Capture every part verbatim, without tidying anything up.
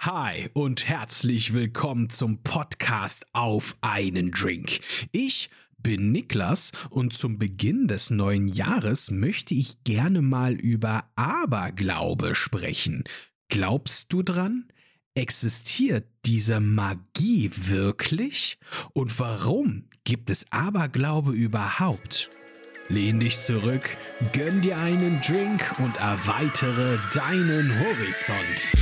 Hi und herzlich willkommen zum Podcast Auf einen Drink. Ich bin Niklas und zum Beginn des neuen Jahres möchte ich gerne mal über Aberglaube sprechen. Glaubst du dran? Existiert diese Magie wirklich? Und warum gibt es Aberglaube überhaupt? Lehn dich zurück, gönn dir einen Drink und erweitere deinen Horizont.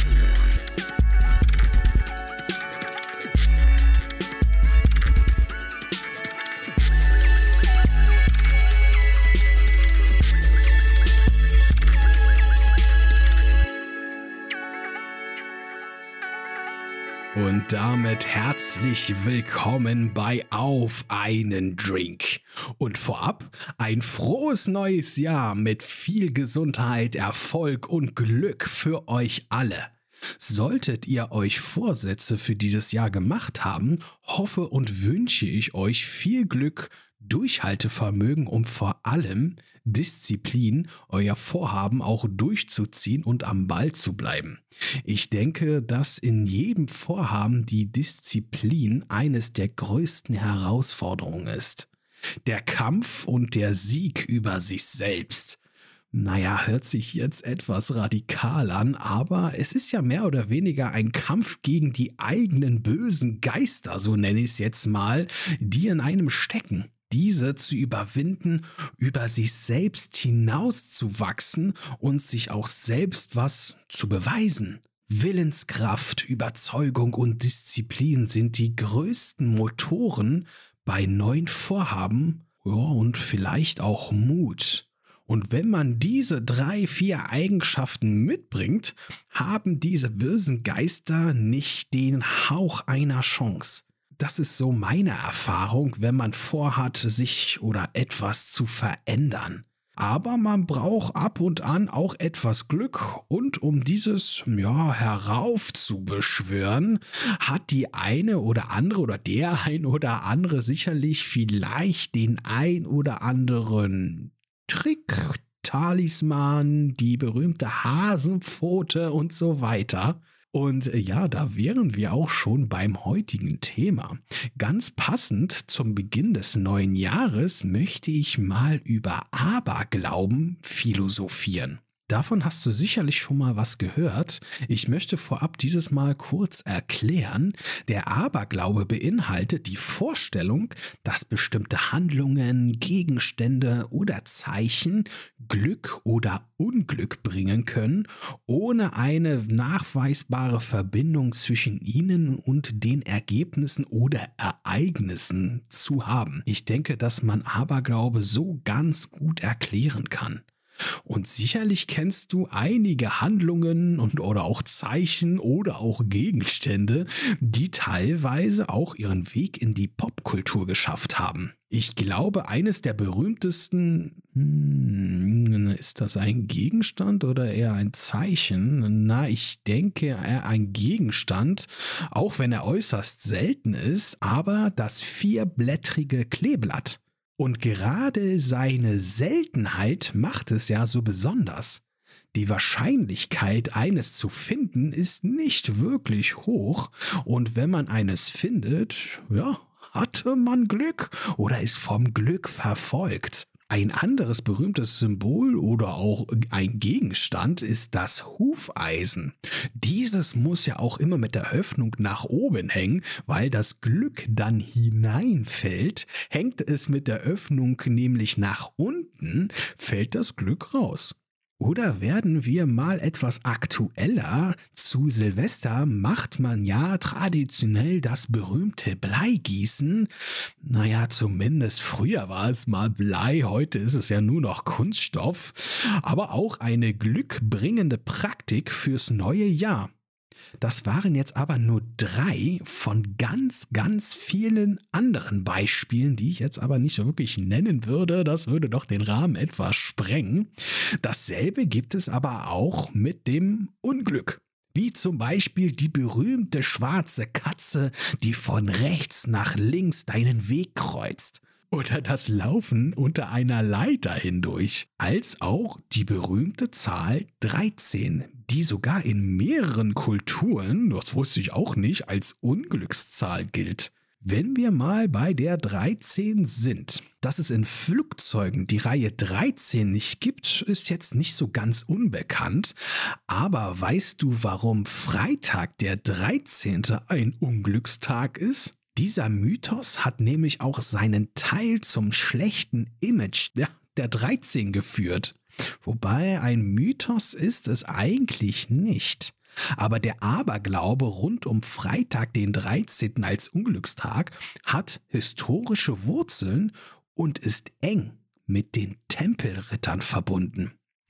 Und damit herzlich willkommen bei Auf einen Drink. Und vorab ein frohes neues Jahr mit viel Gesundheit, Erfolg und Glück für euch alle. Solltet ihr euch Vorsätze für dieses Jahr gemacht haben, hoffe und wünsche ich euch viel Glück, Durchhaltevermögen und vor allem Disziplin, euer Vorhaben auch durchzuziehen und am Ball zu bleiben. Ich denke, dass in jedem Vorhaben die Disziplin eines der größten Herausforderungen ist. Der Kampf und der Sieg über sich selbst. Naja, hört sich jetzt etwas radikal an, aber es ist ja mehr oder weniger ein Kampf gegen die eigenen bösen Geister, so nenne ich es jetzt mal, die in einem stecken. Diese zu überwinden, über sich selbst hinauszuwachsen und sich auch selbst was zu beweisen. Willenskraft, Überzeugung und Disziplin sind die größten Motoren bei neuen Vorhaben, ja, und vielleicht auch Mut. Und wenn man diese drei, vier Eigenschaften mitbringt, haben diese bösen Geister nicht den Hauch einer Chance. Das ist so meine Erfahrung, wenn man vorhat, sich oder etwas zu verändern. Aber man braucht ab und an auch etwas Glück und um dieses, ja, heraufzubeschwören, hat die eine oder andere oder der ein oder andere sicherlich vielleicht den ein oder anderen Trick, Talisman, die berühmte Hasenpfote und so weiter. Und ja, da wären wir auch schon beim heutigen Thema. Ganz passend zum Beginn des neuen Jahres möchte ich mal über Aberglauben philosophieren. Davon hast du sicherlich schon mal was gehört. Ich möchte vorab dieses Mal kurz erklären. Der Aberglaube beinhaltet die Vorstellung, dass bestimmte Handlungen, Gegenstände oder Zeichen Glück oder Unglück bringen können, ohne eine nachweisbare Verbindung zwischen ihnen und den Ergebnissen oder Ereignissen zu haben. Ich denke, dass man Aberglaube so ganz gut erklären kann. Und sicherlich kennst du einige Handlungen und oder auch Zeichen oder auch Gegenstände, die teilweise auch ihren Weg in die Popkultur geschafft haben. Ich glaube, eines der berühmtesten, hm, ist das ein Gegenstand oder eher ein Zeichen? Na, ich denke eher ein Gegenstand, auch wenn er äußerst selten ist, aber das vierblättrige Kleeblatt. Und gerade seine Seltenheit macht es ja so besonders. Die Wahrscheinlichkeit, eines zu finden, ist nicht wirklich hoch. Und wenn man eines findet, ja, hatte man Glück oder ist vom Glück verfolgt. Ein anderes berühmtes Symbol oder auch ein Gegenstand ist das Hufeisen. Dieses muss ja auch immer mit der Öffnung nach oben hängen, weil das Glück dann hineinfällt. Hängt es mit der Öffnung nämlich nach unten, fällt das Glück raus. Oder werden wir mal etwas aktueller? Zu Silvester macht man ja traditionell das berühmte Bleigießen. Naja, zumindest früher war es mal Blei, heute ist es ja nur noch Kunststoff. Aber auch eine glückbringende Praktik fürs neue Jahr. Das waren jetzt aber nur drei von ganz, ganz vielen anderen Beispielen, die ich jetzt aber nicht wirklich nennen würde. Das würde doch den Rahmen etwas sprengen. Dasselbe gibt es aber auch mit dem Unglück. Wie zum Beispiel die berühmte schwarze Katze, die von rechts nach links deinen Weg kreuzt. Oder das Laufen unter einer Leiter hindurch. Als auch die berühmte Zahl dreizehn. die sogar in mehreren Kulturen, das wusste ich auch nicht, als Unglückszahl gilt. Wenn wir mal bei der dreizehn sind, dass es in Flugzeugen die Reihe dreizehn nicht gibt, ist jetzt nicht so ganz unbekannt. Aber weißt du, warum Freitag der dreizehnte ein Unglückstag ist? Dieser Mythos hat nämlich auch seinen Teil zum schlechten Image der, der dreizehn geführt. Wobei ein Mythos ist es eigentlich nicht. Aber der Aberglaube rund um Freitag, den dreizehnten als Unglückstag, hat historische Wurzeln und ist eng mit den Tempelrittern verbunden.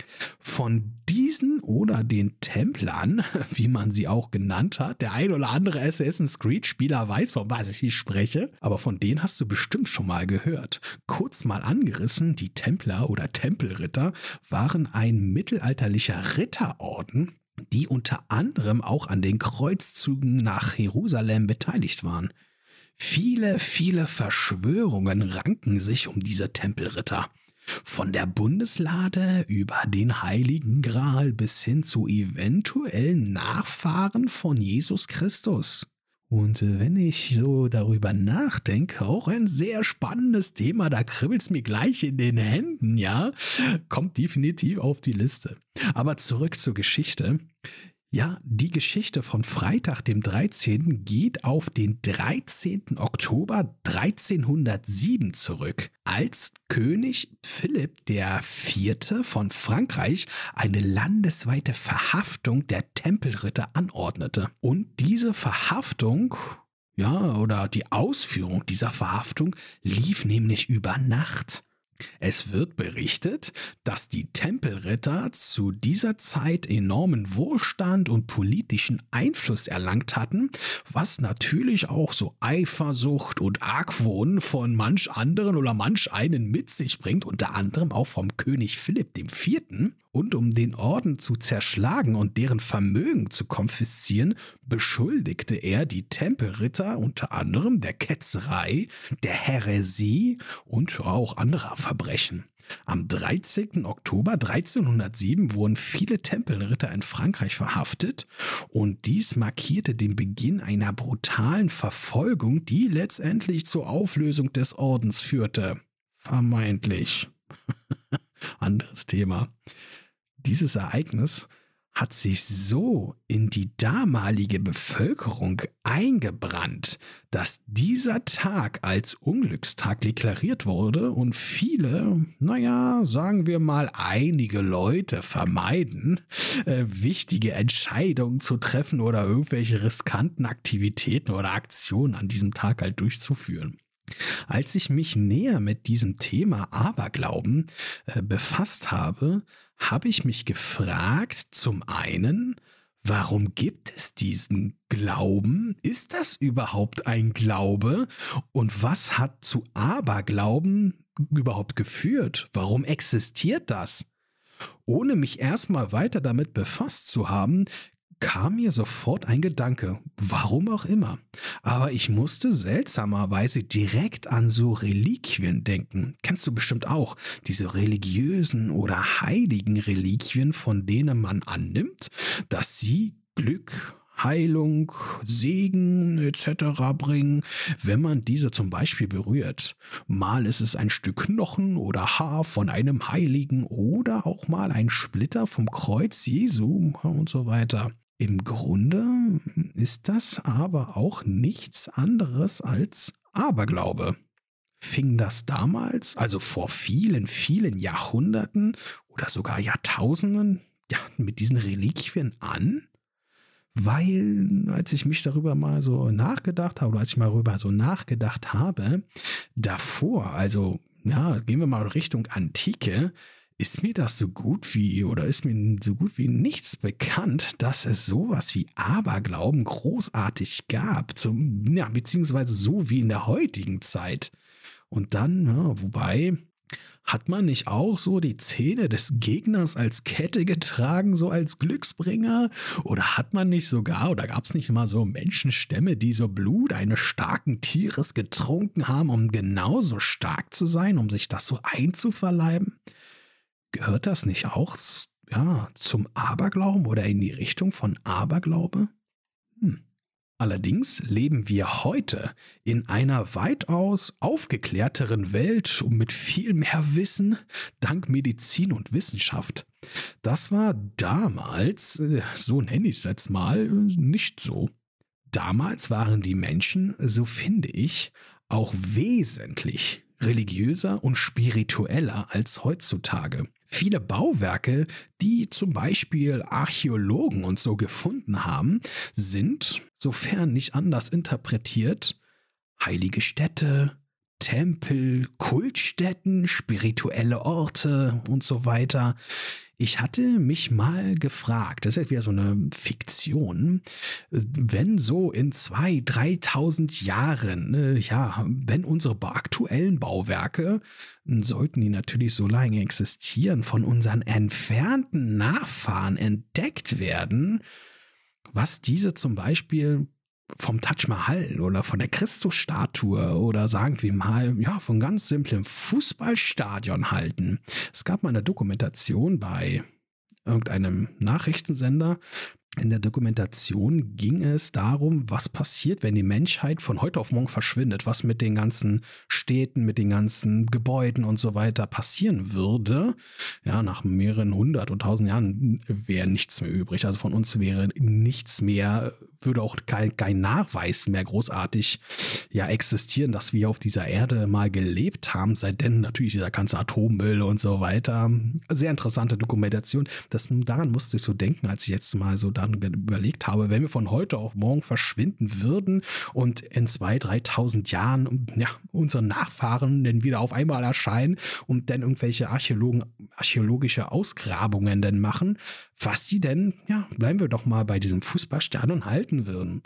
Von diesen oder den Templern, wie man sie auch genannt hat, der ein oder andere Assassin's Creed-Spieler weiß, von was ich hier spreche, aber von denen hast du bestimmt schon mal gehört. Kurz mal angerissen, die Templer oder Tempelritter waren ein mittelalterlicher Ritterorden, die unter anderem auch an den Kreuzzügen nach Jerusalem beteiligt waren. Viele, viele Verschwörungen ranken sich um diese Tempelritter. Von der Bundeslade über den Heiligen Gral bis hin zu eventuellen Nachfahren von Jesus Christus. Und wenn ich so darüber nachdenke, auch ein sehr spannendes Thema, da kribbelt es mir gleich in den Händen, ja, kommt definitiv auf die Liste. Aber zurück zur Geschichte. Ja, die Geschichte von Freitag, dem dreizehnten geht auf den dreizehnten Oktober dreizehnhundertsieben zurück, als König Philipp der Vierte von Frankreich eine landesweite Verhaftung der Tempelritter anordnete. Und diese Verhaftung, ja, oder die Ausführung dieser Verhaftung lief nämlich über Nacht. Es wird berichtet, dass die Tempelritter zu dieser Zeit enormen Wohlstand und politischen Einfluss erlangt hatten, was natürlich auch so Eifersucht und Argwohn von manch anderen oder manch einen mit sich bringt, unter anderem auch vom König Philipp der Vierte. Und um den Orden zu zerschlagen und deren Vermögen zu konfiszieren, beschuldigte er die Tempelritter unter anderem der Ketzerei, der Häresie und auch anderer Verbrechen. Am dreizehnten Oktober dreizehnhundertsieben wurden viele Tempelritter in Frankreich verhaftet und dies markierte den Beginn einer brutalen Verfolgung, die letztendlich zur Auflösung des Ordens führte. Vermeintlich. Anderes Thema. Dieses Ereignis hat sich so in die damalige Bevölkerung eingebrannt, dass dieser Tag als Unglückstag deklariert wurde und viele, naja, sagen wir mal einige Leute vermeiden, äh, wichtige Entscheidungen zu treffen oder irgendwelche riskanten Aktivitäten oder Aktionen an diesem Tag halt durchzuführen. Als ich mich näher mit diesem Thema Aberglauben äh, befasst habe, habe ich mich gefragt, zum einen, warum gibt es diesen Glauben? Ist das überhaupt ein Glaube? Und was hat zu Aberglauben überhaupt geführt? Warum existiert das? Ohne mich erstmal weiter damit befasst zu haben, kam mir sofort ein Gedanke, warum auch immer. Aber ich musste seltsamerweise direkt an so Reliquien denken. Kennst du bestimmt auch diese religiösen oder heiligen Reliquien, von denen man annimmt, dass sie Glück, Heilung, Segen et cetera bringen, wenn man diese zum Beispiel berührt. Mal ist es ein Stück Knochen oder Haar von einem Heiligen oder auch mal ein Splitter vom Kreuz Jesu und so weiter. Im Grunde ist das aber auch nichts anderes als Aberglaube. Fing das damals, also vor vielen, vielen Jahrhunderten oder sogar Jahrtausenden, ja, mit diesen Reliquien an? Weil, als ich mich darüber mal so nachgedacht habe, oder als ich mal darüber so nachgedacht habe, davor, also, ja, gehen wir mal Richtung Antike, ist mir das so gut wie, oder ist mir so gut wie nichts bekannt, dass es sowas wie Aberglauben großartig gab, zum, ja, beziehungsweise so wie in der heutigen Zeit. Und dann, ja, wobei, hat man nicht auch so die Zähne des Gegners als Kette getragen, so als Glücksbringer? Oder hat man nicht sogar, oder gab es nicht mal so Menschenstämme, die so Blut eines starken Tieres getrunken haben, um genauso stark zu sein, um sich das so einzuverleiben? Gehört das nicht auch ja, zum Aberglauben oder in die Richtung von Aberglaube? Hm. Allerdings leben wir heute in einer weitaus aufgeklärteren Welt und mit viel mehr Wissen dank Medizin und Wissenschaft. Das war damals, äh, so nenne ich es jetzt mal, äh, nicht so. Damals waren die Menschen, so finde ich, auch wesentlich religiöser und spiritueller als heutzutage. Viele Bauwerke, die zum Beispiel Archäologen und so gefunden haben, sind, sofern nicht anders interpretiert, heilige Städte, Tempel, Kultstätten, spirituelle Orte und so weiter. Ich hatte mich mal gefragt, das ist jetzt wieder so eine Fiktion, wenn so in zweitausend, dreitausend Jahren, äh, ja, wenn unsere aktuellen Bauwerke, sollten die natürlich so lange existieren, von unseren entfernten Nachfahren entdeckt werden, was diese zum Beispiel vom Taj Mahal oder von der Christusstatue oder sagen wir mal, ja, von ganz simplem Fußballstadion halten. Es gab mal eine Dokumentation bei irgendeinem Nachrichtensender. In der Dokumentation ging es darum, was passiert, wenn die Menschheit von heute auf morgen verschwindet, was mit den ganzen Städten, mit den ganzen Gebäuden und so weiter passieren würde. Ja, nach mehreren hundert und tausend Jahren wäre nichts mehr übrig. Also von uns wäre nichts mehr, würde auch kein, kein Nachweis mehr großartig ja existieren, dass wir auf dieser Erde mal gelebt haben. Seitdem natürlich dieser ganze Atommüll und so weiter. Sehr interessante Dokumentation. Das, daran musste ich so denken, als ich jetzt mal so da überlegt habe, wenn wir von heute auf morgen verschwinden würden und in zweitausend, dreitausend Jahren ja, unsere Nachfahren dann wieder auf einmal erscheinen und dann irgendwelche Archäologen, archäologische Ausgrabungen dann machen, was die denn, ja, bleiben wir doch mal bei diesem Fußballstadion halten würden.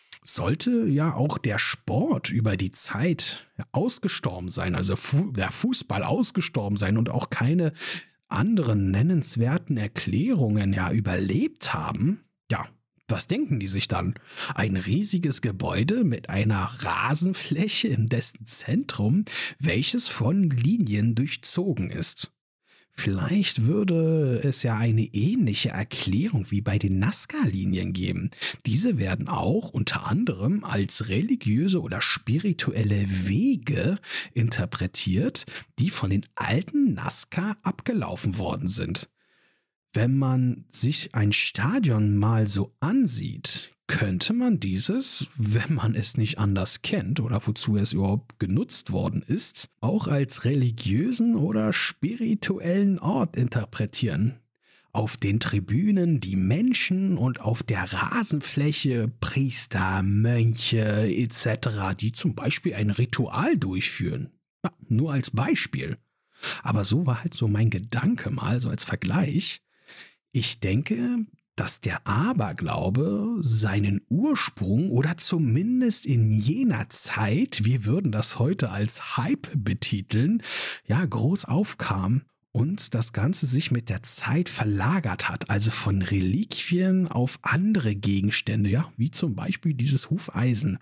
Sollte ja auch der Sport über die Zeit ausgestorben sein, also Fu- der Fußball ausgestorben sein und auch keine anderen nennenswerten Erklärungen ja überlebt haben, ja, was denken die sich dann? Ein riesiges Gebäude mit einer Rasenfläche in dessen Zentrum, welches von Linien durchzogen ist. Vielleicht würde es ja eine ähnliche Erklärung wie bei den Nazca-Linien geben. Diese werden auch unter anderem als religiöse oder spirituelle Wege interpretiert, die von den alten Nazca abgelaufen worden sind. Wenn man sich ein Stadion mal so ansieht, könnte man dieses, wenn man es nicht anders kennt oder wozu es überhaupt genutzt worden ist, auch als religiösen oder spirituellen Ort interpretieren. Auf den Tribünen die Menschen und auf der Rasenfläche Priester, Mönche et cetera, die zum Beispiel ein Ritual durchführen. Ja, nur als Beispiel. Aber so war halt so mein Gedanke mal, so als Vergleich. Ich denke, dass der Aberglaube seinen Ursprung oder zumindest in jener Zeit, wir würden das heute als Hype betiteln, ja, groß aufkam und das Ganze sich mit der Zeit verlagert hat, also von Reliquien auf andere Gegenstände, ja, wie zum Beispiel dieses Hufeisen.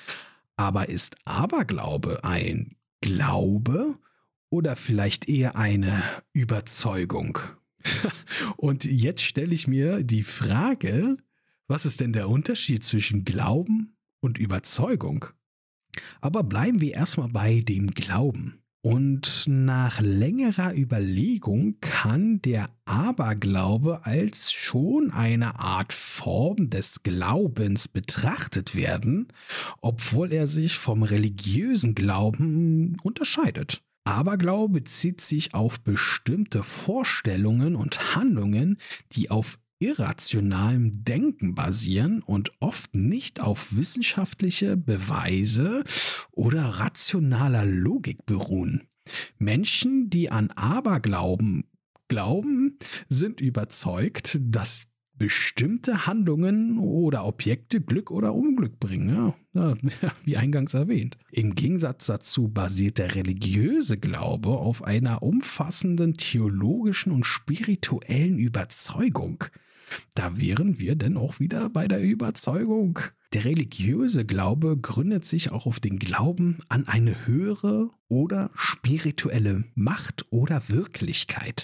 Aber ist Aberglaube ein Glaube oder vielleicht eher eine Überzeugung? Und jetzt stelle ich mir die Frage, was ist denn der Unterschied zwischen Glauben und Überzeugung? Aber bleiben wir erstmal bei dem Glauben. Und nach längerer Überlegung kann der Aberglaube als schon eine Art Form des Glaubens betrachtet werden, obwohl er sich vom religiösen Glauben unterscheidet. Aberglaube bezieht sich auf bestimmte Vorstellungen und Handlungen, die auf irrationalem Denken basieren und oft nicht auf wissenschaftliche Beweise oder rationaler Logik beruhen. Menschen, die an Aberglauben glauben, sind überzeugt, dass bestimmte Handlungen oder Objekte Glück oder Unglück bringen, ja, ja, wie eingangs erwähnt. Im Gegensatz dazu basiert der religiöse Glaube auf einer umfassenden theologischen und spirituellen Überzeugung. Da wären wir denn auch wieder bei der Überzeugung. Der religiöse Glaube gründet sich auch auf den Glauben an eine höhere oder spirituelle Macht oder Wirklichkeit.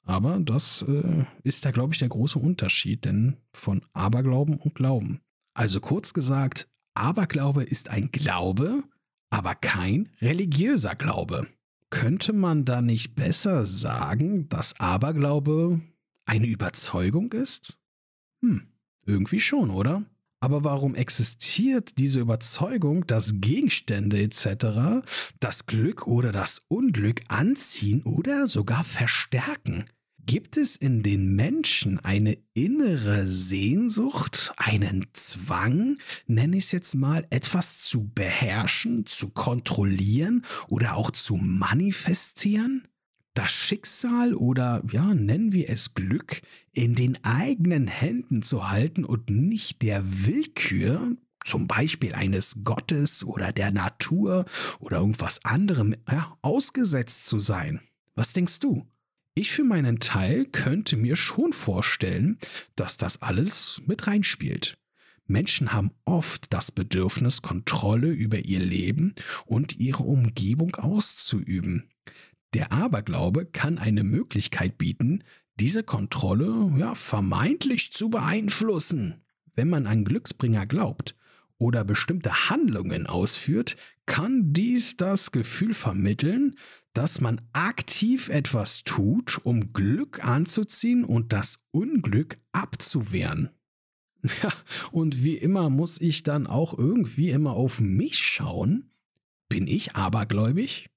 Aber das äh, ist da, glaube ich, der große Unterschied, denn von Aberglauben und Glauben. Also kurz gesagt, Aberglaube ist ein Glaube, aber kein religiöser Glaube. Könnte man da nicht besser sagen, dass Aberglaube eine Überzeugung ist? Hm, irgendwie schon, oder? Aber warum existiert diese Überzeugung, dass Gegenstände et cetera das Glück oder das Unglück anziehen oder sogar verstärken? Gibt es in den Menschen eine innere Sehnsucht, einen Zwang, nenne ich es jetzt mal, etwas zu beherrschen, zu kontrollieren oder auch zu manifestieren? Das Schicksal oder ja, nennen wir es Glück in den eigenen Händen zu halten und nicht der Willkür, zum Beispiel eines Gottes oder der Natur oder irgendwas anderem, ja, ausgesetzt zu sein. Was denkst du? Ich für meinen Teil könnte mir schon vorstellen, dass das alles mit reinspielt. Menschen haben oft das Bedürfnis, Kontrolle über ihr Leben und ihre Umgebung auszuüben. Der Aberglaube kann eine Möglichkeit bieten, diese Kontrolle ja, vermeintlich zu beeinflussen. Wenn man an Glücksbringer glaubt oder bestimmte Handlungen ausführt, kann dies das Gefühl vermitteln, dass man aktiv etwas tut, um Glück anzuziehen und das Unglück abzuwehren. Ja, und wie immer muss ich dann auch irgendwie immer auf mich schauen. Bin ich abergläubig?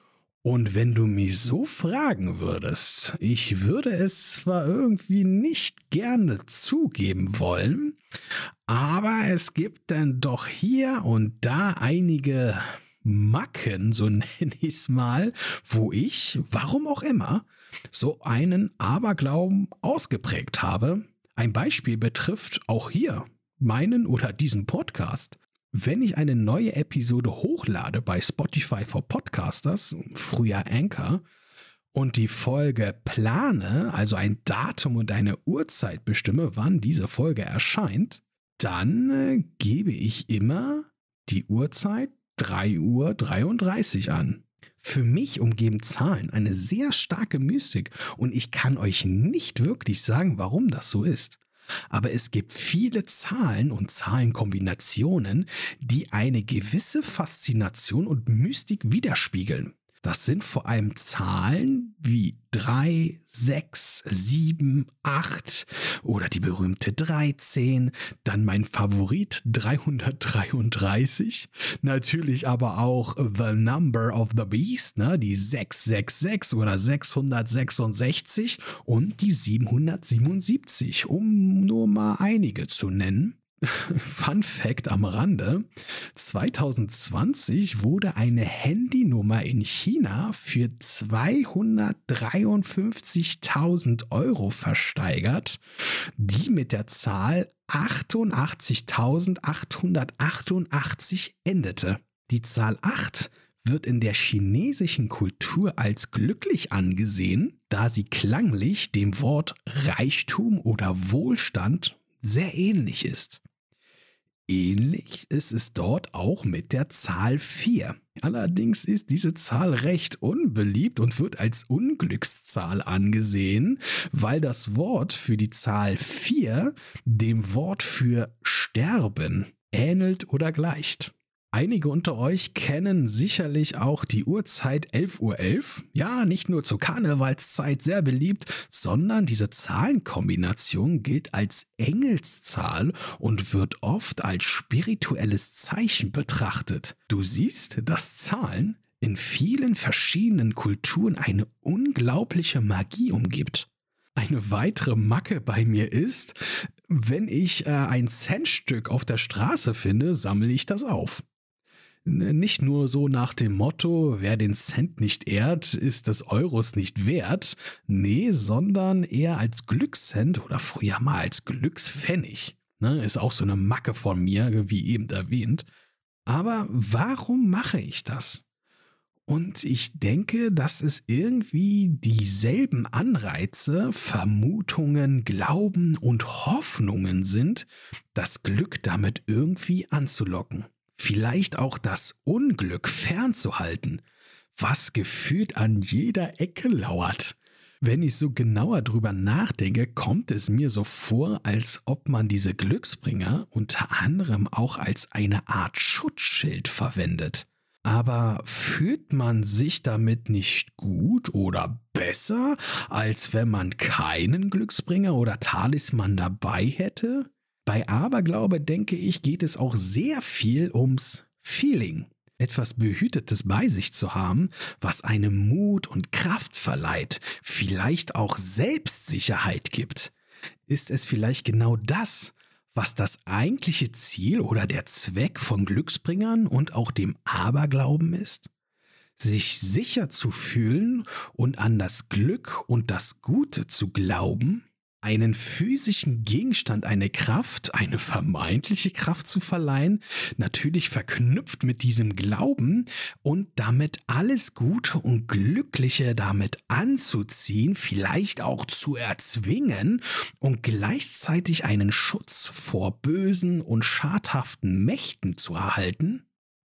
Und wenn du mich so fragen würdest, ich würde es zwar irgendwie nicht gerne zugeben wollen, aber es gibt dann doch hier und da einige Macken, so nenne ich es mal, wo ich, warum auch immer, so einen Aberglauben ausgeprägt habe. Ein Beispiel betrifft auch hier meinen oder diesen Podcast. Wenn ich eine neue Episode hochlade bei Spotify for Podcasters, früher Anchor, und die Folge plane, also ein Datum und eine Uhrzeit bestimme, wann diese Folge erscheint, dann äh, gebe ich immer die Uhrzeit drei Uhr dreiunddreißig an. Für mich umgeben Zahlen eine sehr starke Mystik und ich kann euch nicht wirklich sagen, warum das so ist. Aber es gibt viele Zahlen und Zahlenkombinationen, die eine gewisse Faszination und Mystik widerspiegeln. Das sind vor allem Zahlen wie drei, sechs, sieben, acht oder die berühmte dreizehn, dann mein Favorit dreihundertdreiunddreißig, natürlich aber auch The Number of the Beast, ne, die sechshundertsechsundsechzig oder sechshundertsechsundsechzig und die siebenhundertsiebenundsiebzig, um nur mal einige zu nennen. Fun Fact am Rande: zwanzig zwanzig wurde eine Handynummer in China für zweihundertdreiundfünfzigtausend Euro versteigert, die mit der Zahl achtundachtzigtausendachthundertachtundachtzig endete. Die Zahl acht wird in der chinesischen Kultur als glücklich angesehen, da sie klanglich dem Wort Reichtum oder Wohlstand sehr ähnlich ist. Ähnlich ist es dort auch mit der Zahl vier. Allerdings ist diese Zahl recht unbeliebt und wird als Unglückszahl angesehen, weil das Wort für die Zahl vier dem Wort für sterben ähnelt oder gleicht. Einige unter euch kennen sicherlich auch die Uhrzeit elf Uhr elf. Ja, nicht nur zur Karnevalszeit sehr beliebt, sondern diese Zahlenkombination gilt als Engelszahl und wird oft als spirituelles Zeichen betrachtet. Du siehst, dass Zahlen in vielen verschiedenen Kulturen eine unglaubliche Magie umgibt. Eine weitere Macke bei mir ist, wenn ich äh, ein Centstück auf der Straße finde, sammle ich das auf. Nicht nur so nach dem Motto, wer den Cent nicht ehrt, ist des Euros nicht wert. Nee, sondern eher als Glückscent oder früher mal als Glückspfennig. Ne, ist auch so eine Macke von mir, wie eben erwähnt. Aber warum mache ich das? Und ich denke, dass es irgendwie dieselben Anreize, Vermutungen, Glauben und Hoffnungen sind, das Glück damit irgendwie anzulocken. Vielleicht auch das Unglück fernzuhalten, was gefühlt an jeder Ecke lauert. Wenn ich so genauer drüber nachdenke, kommt es mir so vor, als ob man diese Glücksbringer unter anderem auch als eine Art Schutzschild verwendet. Aber fühlt man sich damit nicht gut oder besser, als wenn man keinen Glücksbringer oder Talisman dabei hätte? Bei Aberglaube, denke ich, geht es auch sehr viel ums Feeling. Etwas Behütetes bei sich zu haben, was einem Mut und Kraft verleiht, vielleicht auch Selbstsicherheit gibt. Ist es vielleicht genau das, was das eigentliche Ziel oder der Zweck von Glücksbringern und auch dem Aberglauben ist? Sich sicher zu fühlen und an das Glück und das Gute zu glauben? Einen physischen Gegenstand eine Kraft, eine vermeintliche Kraft zu verleihen, natürlich verknüpft mit diesem Glauben und damit alles Gute und Glückliche damit anzuziehen, vielleicht auch zu erzwingen und gleichzeitig einen Schutz vor bösen und schadhaften Mächten zu erhalten?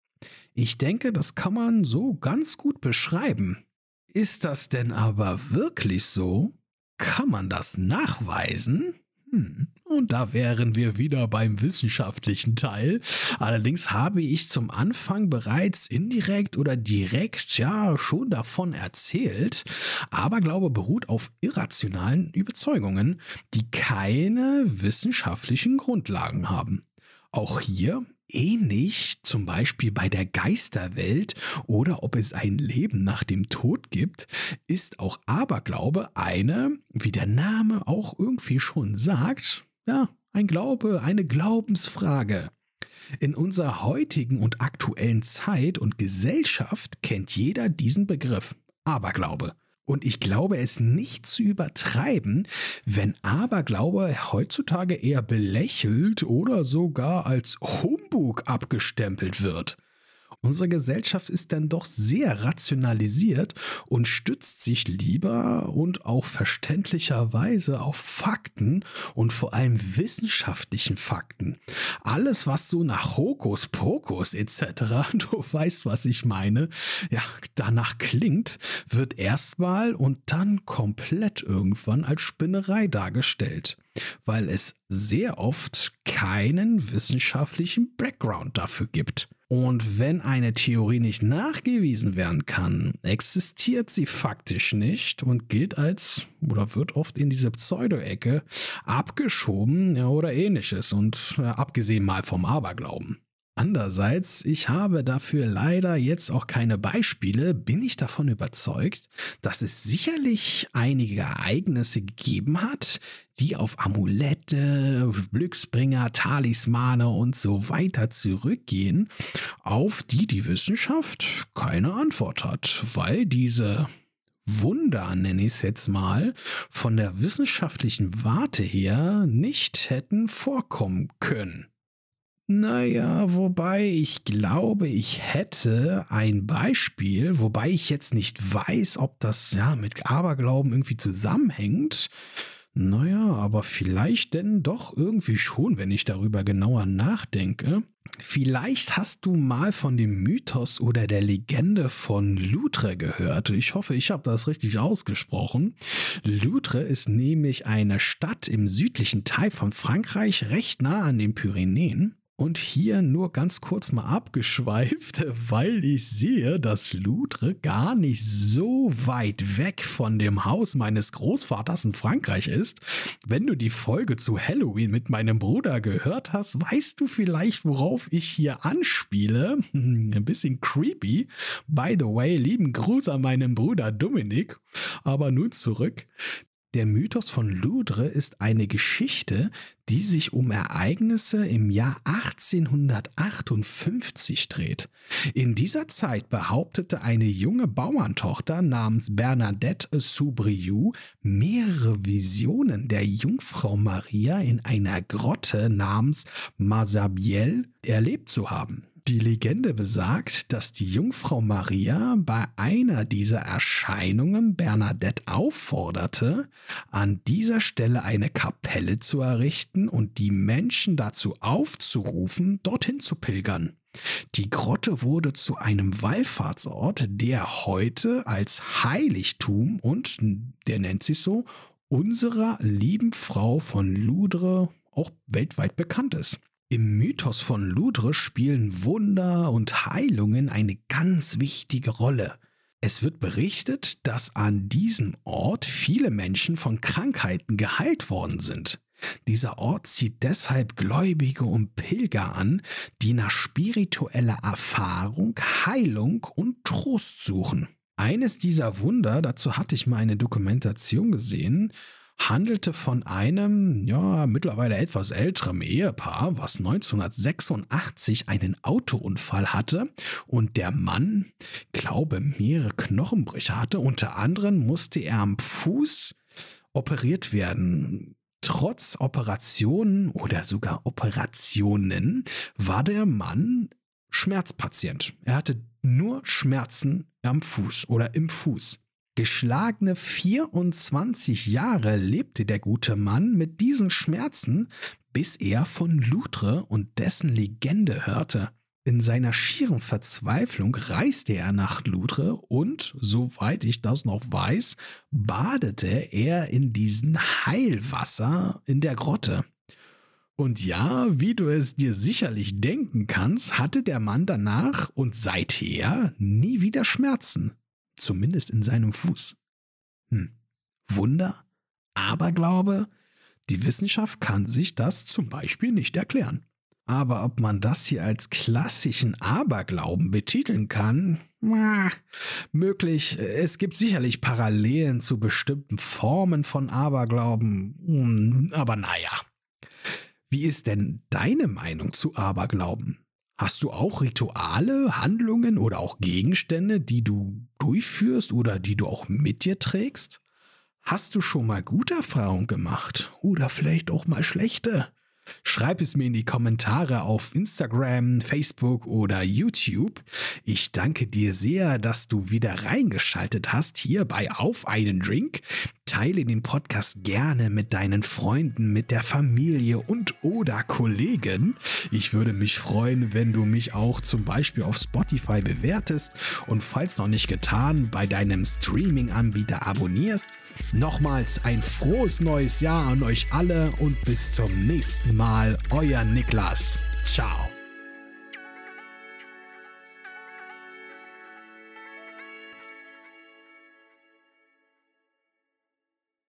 Ich denke, das kann man so ganz gut beschreiben. Ist das denn aber wirklich so? Kann man das nachweisen? Hm. Und da wären wir wieder beim wissenschaftlichen Teil. Allerdings habe ich zum Anfang bereits indirekt oder direkt ja schon davon erzählt. Aberglaube beruht auf irrationalen Überzeugungen, die keine wissenschaftlichen Grundlagen haben. Auch hier ähnlich zum Beispiel bei der Geisterwelt oder ob es ein Leben nach dem Tod gibt, ist auch Aberglaube eine, wie der Name auch irgendwie schon sagt, ja, ein Glaube, eine Glaubensfrage. In unserer heutigen und aktuellen Zeit und Gesellschaft kennt jeder diesen Begriff, Aberglaube. Und ich glaube es nicht zu übertreiben, wenn Aberglaube heutzutage eher belächelt oder sogar als Humbug abgestempelt wird. Unsere Gesellschaft ist dann doch sehr rationalisiert und stützt sich lieber und auch verständlicherweise auf Fakten und vor allem wissenschaftlichen Fakten. Alles, was so nach Hokuspokus et cetera, du weißt, was ich meine, ja, danach klingt, wird erstmal und dann komplett irgendwann als Spinnerei dargestellt, weil es sehr oft keinen wissenschaftlichen Background dafür gibt. Und wenn eine Theorie nicht nachgewiesen werden kann, existiert sie faktisch nicht und gilt als oder wird oft in diese Pseudo-Ecke abgeschoben, ja, oder ähnliches und ja, abgesehen mal vom Aberglauben. Andererseits, ich habe dafür leider jetzt auch keine Beispiele, bin ich davon überzeugt, dass es sicherlich einige Ereignisse gegeben hat, die auf Amulette, Glücksbringer, Talismane und so weiter zurückgehen, auf die die Wissenschaft keine Antwort hat, weil diese Wunder, nenne ich es jetzt mal, von der wissenschaftlichen Warte her nicht hätten vorkommen können. Naja, wobei ich glaube, ich hätte ein Beispiel, wobei ich jetzt nicht weiß, ob das ja mit Aberglauben irgendwie zusammenhängt. Naja, aber vielleicht denn doch irgendwie schon, wenn ich darüber genauer nachdenke. Vielleicht hast du mal von dem Mythos oder der Legende von Loutre gehört. Ich hoffe, ich habe das richtig ausgesprochen. Loutre ist nämlich eine Stadt im südlichen Teil von Frankreich, recht nah an den Pyrenäen. Und hier nur ganz kurz mal abgeschweift, weil ich sehe, dass Loutre gar nicht so weit weg von dem Haus meines Großvaters in Frankreich ist. Wenn du die Folge zu Halloween mit meinem Bruder gehört hast, weißt du vielleicht, worauf ich hier anspiele. Ein bisschen creepy. By the way, lieben Gruß an meinen Bruder Dominik. Aber nun zurück. Der Mythos von Loutre ist eine Geschichte, die sich um Ereignisse im Jahr achtzehnhundertachtundfünfzig dreht. In dieser Zeit behauptete eine junge Bauerntochter namens Bernadette Soubriou mehrere Visionen der Jungfrau Maria in einer Grotte namens Massabielle erlebt zu haben. Die Legende besagt, dass die Jungfrau Maria bei einer dieser Erscheinungen Bernadette aufforderte, an dieser Stelle eine Kapelle zu errichten und die Menschen dazu aufzurufen, dorthin zu pilgern. Die Grotte wurde zu einem Wallfahrtsort, der heute als Heiligtum und, der nennt sich so, unserer lieben Frau von Lourdes auch weltweit bekannt ist. Im Mythos von Lourdes spielen Wunder und Heilungen eine ganz wichtige Rolle. Es wird berichtet, dass an diesem Ort viele Menschen von Krankheiten geheilt worden sind. Dieser Ort zieht deshalb Gläubige und Pilger an, die nach spiritueller Erfahrung, Heilung und Trost suchen. Eines dieser Wunder, dazu hatte ich mal eine Dokumentation gesehen, handelte von einem, ja, mittlerweile etwas älteren Ehepaar, was neunzehnhundertsechsundachtzig einen Autounfall hatte und der Mann, glaube, mehrere Knochenbrüche hatte. Unter anderem musste er am Fuß operiert werden. Trotz Operationen oder sogar Operationen war der Mann Schmerzpatient. Er hatte nur Schmerzen am Fuß oder im Fuß. Geschlagene vierundzwanzig Jahre lebte der gute Mann mit diesen Schmerzen, bis er von Lourdes und dessen Legende hörte. In seiner schieren Verzweiflung reiste er nach Lourdes und, soweit ich das noch weiß, badete er in diesem Heilwasser in der Grotte. Und ja, wie du es dir sicherlich denken kannst, hatte der Mann danach und seither nie wieder Schmerzen. Zumindest in seinem Fuß. Hm. Wunder? Aberglaube? Die Wissenschaft kann sich das zum Beispiel nicht erklären. Aber ob man das hier als klassischen Aberglauben betiteln kann? Na, möglich. Es gibt sicherlich Parallelen zu bestimmten Formen von Aberglauben. Aber naja. Wie ist denn deine Meinung zu Aberglauben? Hast du auch Rituale, Handlungen oder auch Gegenstände, die du durchführst oder die du auch mit dir trägst? Hast du schon mal gute Erfahrungen gemacht oder vielleicht auch mal schlechte? Schreib es mir in die Kommentare auf Instagram, Facebook oder YouTube. Ich danke dir sehr, dass du wieder reingeschaltet hast hier bei Auf einen Drink. Teile den Podcast gerne mit deinen Freunden, mit der Familie und oder Kollegen. Ich würde mich freuen, wenn du mich auch zum Beispiel auf Spotify bewertest und falls noch nicht getan, bei deinem Streaming-Anbieter abonnierst. Nochmals ein frohes neues Jahr an euch alle und bis zum nächsten Mal. Euer Niklas. Ciao.